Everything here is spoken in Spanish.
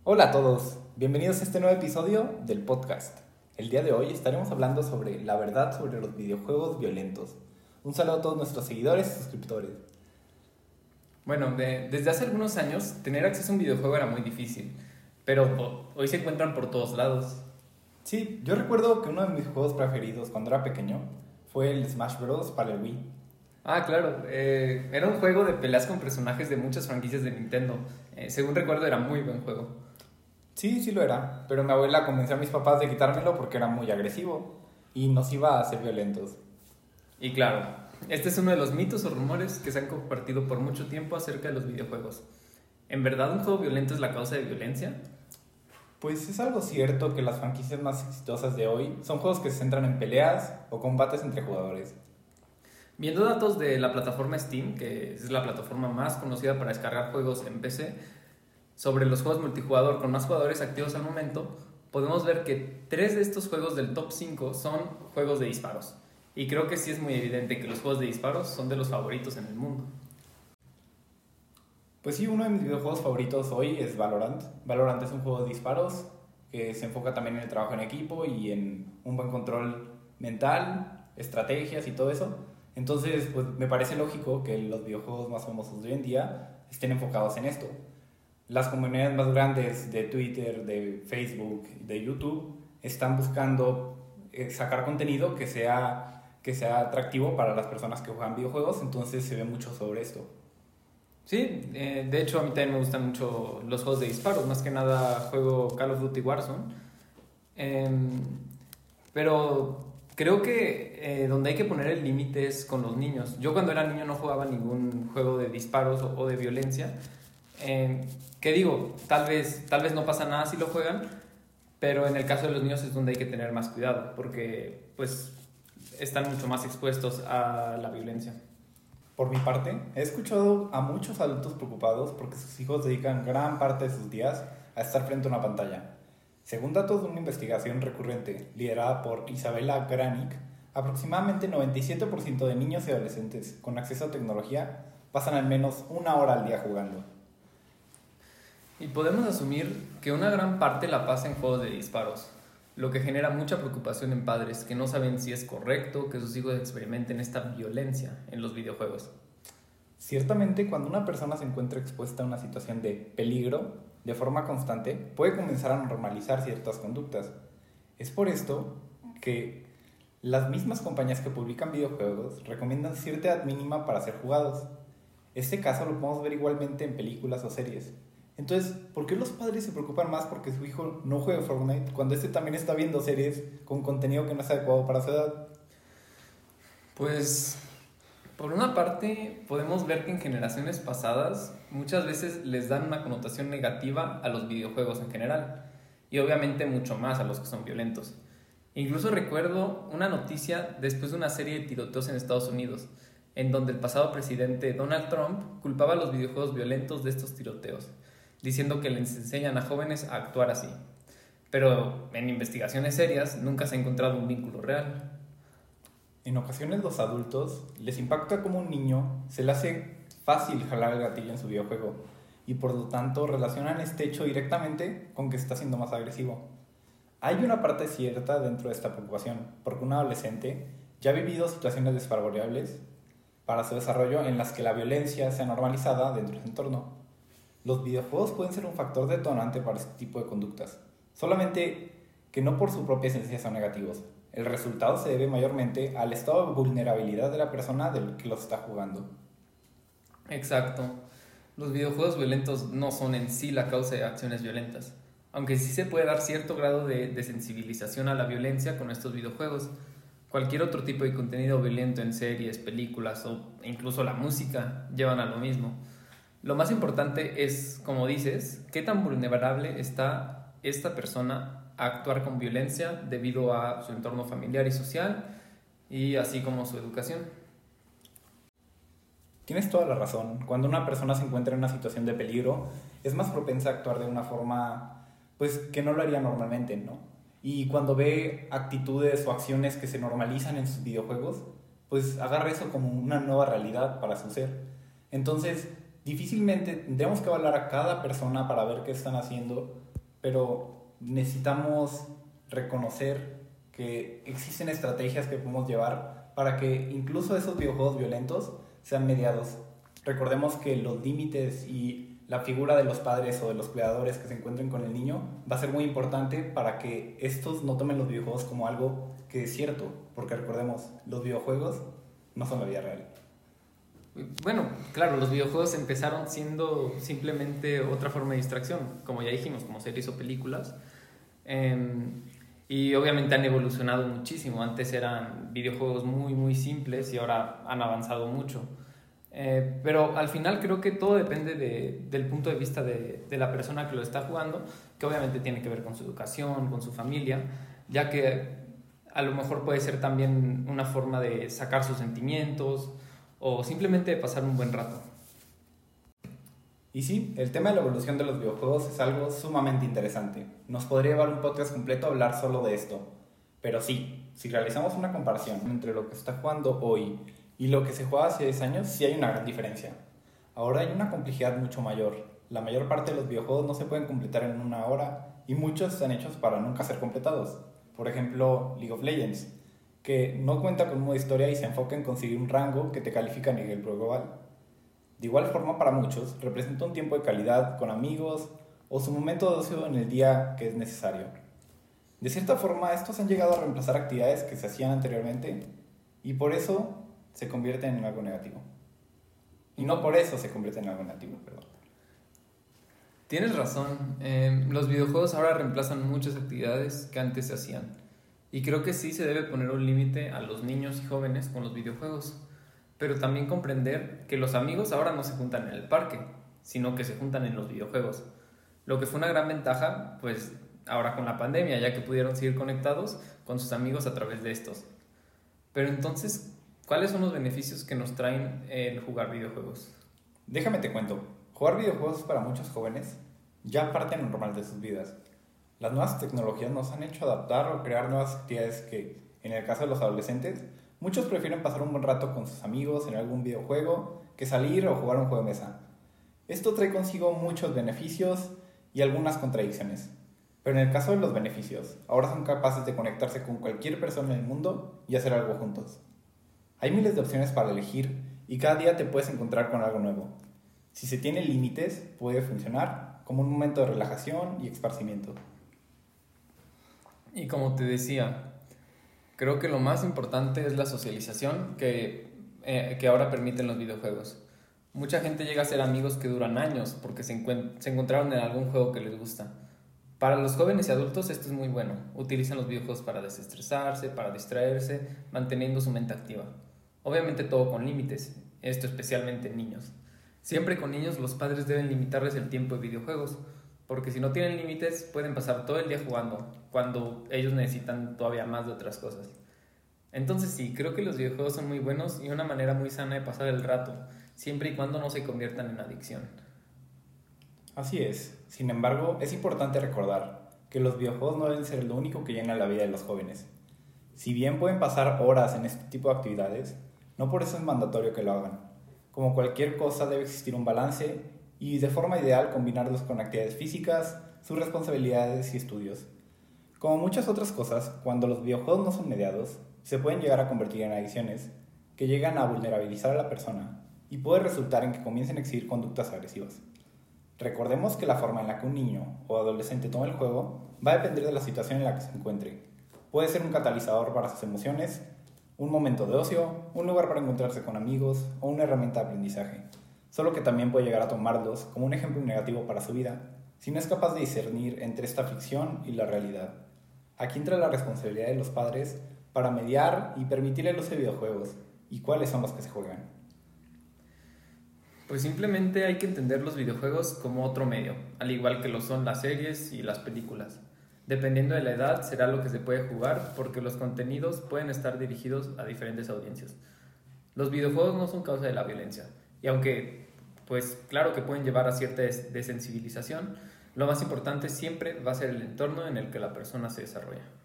Hola a todos, bienvenidos a este nuevo episodio del podcast. El día de hoy estaremos hablando sobre la verdad sobre los videojuegos violentos. Un saludo a todos nuestros seguidores y suscriptores. Bueno, desde hace algunos años tener acceso a un videojuego era muy difícil, pero hoy se encuentran por todos lados. Sí, yo recuerdo que uno de mis juegos preferidos cuando era pequeño fue el Smash Bros. Para el Wii. Ah, claro, era un juego de peleas con personajes de muchas franquicias de Nintendo. Según recuerdo era muy buen juego. Sí, sí lo era, pero mi abuela convenció a mis papás de quitármelo porque era muy agresivo y nos iba a hacer violentos. Y claro, este es uno de los mitos o rumores que se han compartido por mucho tiempo acerca de los videojuegos. ¿En verdad un juego violento es la causa de violencia? Pues es algo cierto que las franquicias más exitosas de hoy son juegos que se centran en peleas o combates entre jugadores. Viendo datos de la plataforma Steam, que es la plataforma más conocida para descargar juegos en PC, sobre los juegos multijugador con más jugadores activos al momento, podemos ver que 3 de estos juegos del top 5 son juegos de disparos. Y creo que sí es muy evidente que los juegos de disparos son de los favoritos en el mundo. Pues sí, uno de mis videojuegos favoritos hoy es Valorant. Valorant es un juego de disparos que se enfoca también en el trabajo en equipo y en un buen control mental, estrategias y todo eso. Entonces, pues me parece lógico que los videojuegos más famosos de hoy en día estén enfocados en esto. Las comunidades más grandes de Twitter, de Facebook, de YouTube están buscando sacar contenido que sea atractivo para las personas que juegan videojuegos, entonces se ve mucho sobre esto. Sí, de hecho a mí también me gustan mucho los juegos de disparos, más que nada juego Call of Duty Warzone. Em, pero creo que donde hay que poner el límite es con los niños. Yo cuando era niño no jugaba ningún juego de disparos o de violencia. ¿Qué digo? Tal vez no pasa nada si lo juegan, pero en el caso de los niños es donde hay que tener más cuidado, porque pues están mucho más expuestos a la violencia. Por mi parte, he escuchado a muchos adultos preocupados porque sus hijos dedican gran parte de sus días a estar frente a una pantalla. Según datos de una investigación recurrente liderada por Isabella Granick, aproximadamente 97% de niños y adolescentes con acceso a tecnología pasan al menos una hora al día jugando. Y podemos asumir que una gran parte la pasa en juegos de disparos, lo que genera mucha preocupación en padres que no saben si es correcto que sus hijos experimenten esta violencia en los videojuegos. Ciertamente, cuando una persona se encuentra expuesta a una situación de peligro de forma constante, puede comenzar a normalizar ciertas conductas. Es por esto que las mismas compañías que publican videojuegos recomiendan cierta edad mínima para ser jugados. Este caso lo podemos ver igualmente en películas o series. Entonces, ¿por qué los padres se preocupan más porque su hijo no juegue Fortnite cuando este también está viendo series con contenido que no es adecuado para su edad? Pues, por una parte, podemos ver que en generaciones pasadas muchas veces les dan una connotación negativa a los videojuegos en general, y obviamente mucho más a los que son violentos. Incluso recuerdo una noticia después de una serie de tiroteos en Estados Unidos, en donde el pasado presidente Donald Trump culpaba a los videojuegos violentos de estos tiroteos, diciendo que les enseñan a jóvenes a actuar así. Pero en investigaciones serias nunca se ha encontrado un vínculo real. En ocasiones los adultos les impacta como un niño se le hace fácil jalar el gatillo en su videojuego y por lo tanto relacionan este hecho directamente con que está siendo más agresivo. Hay una parte cierta dentro de esta preocupación, porque un adolescente ya ha vivido situaciones desfavorables para su desarrollo en las que la violencia sea normalizada dentro de su entorno. Los videojuegos pueden ser un factor detonante para este tipo de conductas, solamente que no por su propia esencia son negativos. El resultado se debe mayormente al estado de vulnerabilidad de la persona del que los está jugando. Exacto. Los videojuegos violentos no son en sí la causa de acciones violentas, aunque sí se puede dar cierto grado de sensibilización a la violencia con estos videojuegos. Cualquier otro tipo de contenido violento en series, películas o incluso la música llevan a lo mismo. Lo más importante es, como dices, qué tan vulnerable está esta persona a actuar con violencia debido a su entorno familiar y social y así como su educación. Tienes toda la razón. Cuando una persona se encuentra en una situación de peligro, es más propensa a actuar de una forma, pues, que no lo haría normalmente, ¿no? Y cuando ve actitudes o acciones que se normalizan en sus videojuegos, pues agarra eso como una nueva realidad para su ser. Entonces, difícilmente tendríamos que evaluar a cada persona para ver qué están haciendo pero necesitamos reconocer que existen estrategias que podemos llevar para que incluso esos videojuegos violentos sean mediados. Recordemos que los límites y la figura de los padres o de los cuidadores que se encuentren con el niño va a ser muy importante para que estos no tomen los videojuegos como algo que es cierto, porque recordemos, los videojuegos no son la vida real. Bueno, claro, los videojuegos empezaron siendo simplemente otra forma de distracción, como ya dijimos, como series o películas. Y obviamente han evolucionado muchísimo. Antes eran videojuegos muy, muy simples y ahora han avanzado mucho. Pero al final creo que todo depende del punto de vista de la persona que lo está jugando, que obviamente tiene que ver con su educación, con su familia, ya que a lo mejor puede ser también una forma de sacar sus sentimientos o simplemente de pasar un buen rato. Y sí, el tema de la evolución de los videojuegos es algo sumamente interesante. Nos podría llevar un podcast completo a hablar solo de esto. Pero sí, si realizamos una comparación entre lo que se está jugando hoy y lo que se jugaba hace 10 años, sí hay una gran diferencia. Ahora hay una complejidad mucho mayor. La mayor parte de los videojuegos no se pueden completar en una hora y muchos están hechos para nunca ser completados. Por ejemplo, League of Legends, que no cuenta con un modo historia y se enfoca en conseguir un rango que te califica a nivel global. De igual forma, para muchos, representa un tiempo de calidad con amigos o su momento de ocio en el día que es necesario. De cierta forma, estos han llegado a reemplazar actividades que se hacían anteriormente y por eso se convierten en algo negativo. Y no por eso se convierten en algo negativo, perdón. Tienes razón, los videojuegos ahora reemplazan muchas actividades que antes se hacían. Y creo que sí se debe poner un límite a los niños y jóvenes con los videojuegos. Pero también comprender que los amigos ahora no se juntan en el parque, sino que se juntan en los videojuegos. Lo que fue una gran ventaja, pues ahora con la pandemia, ya que pudieron seguir conectados con sus amigos a través de estos. Pero entonces, ¿cuáles son los beneficios que nos traen el jugar videojuegos? Déjame te cuento, jugar videojuegos para muchos jóvenes ya parte normal de sus vidas. Las nuevas tecnologías nos han hecho adaptar o crear nuevas actividades que, en el caso de los adolescentes, muchos prefieren pasar un buen rato con sus amigos en algún videojuego que salir o jugar un juego de mesa. Esto trae consigo muchos beneficios y algunas contradicciones. Pero en el caso de los beneficios, ahora son capaces de conectarse con cualquier persona en el mundo y hacer algo juntos. Hay miles de opciones para elegir y cada día te puedes encontrar con algo nuevo. Si se tienen límites, puede funcionar como un momento de relajación y esparcimiento. Y como te decía, creo que lo más importante es la socialización que ahora permiten los videojuegos. Mucha gente llega a ser amigos que duran años porque se encontraron en algún juego que les gusta. Para los jóvenes y adultos esto es muy bueno. Utilizan los videojuegos para desestresarse, para distraerse, manteniendo su mente activa. Obviamente todo con límites, esto especialmente en niños. Siempre con niños los padres deben limitarles el tiempo de videojuegos, porque si no tienen límites pueden pasar todo el día jugando, cuando ellos necesitan todavía más de otras cosas. Entonces sí, creo que los videojuegos son muy buenos y una manera muy sana de pasar el rato, siempre y cuando no se conviertan en adicción. Así es. Sin embargo, es importante recordar que los videojuegos no deben ser lo único que llena la vida de los jóvenes. Si bien pueden pasar horas en este tipo de actividades, no por eso es mandatorio que lo hagan. Como cualquier cosa debe existir un balance y de forma ideal combinarlos con actividades físicas, sus responsabilidades y estudios. Como muchas otras cosas, cuando los videojuegos no son mediados, se pueden llegar a convertir en adicciones que llegan a vulnerabilizar a la persona y puede resultar en que comiencen a exhibir conductas agresivas. Recordemos que la forma en la que un niño o adolescente toma el juego va a depender de la situación en la que se encuentre. Puede ser un catalizador para sus emociones, un momento de ocio, un lugar para encontrarse con amigos o una herramienta de aprendizaje. Solo que también puede llegar a tomarlos como un ejemplo negativo para su vida si no es capaz de discernir entre esta ficción y la realidad. Aquí entra la responsabilidad de los padres para mediar y permitir el uso de videojuegos y cuáles son los que se juegan. Pues simplemente hay que entender los videojuegos como otro medio, al igual que lo son las series y las películas. Dependiendo de la edad será lo que se puede jugar porque los contenidos pueden estar dirigidos a diferentes audiencias. Los videojuegos no son causa de la violencia y aunque pues claro que pueden llevar a cierta desensibilización, lo más importante siempre va a ser el entorno en el que la persona se desarrolla.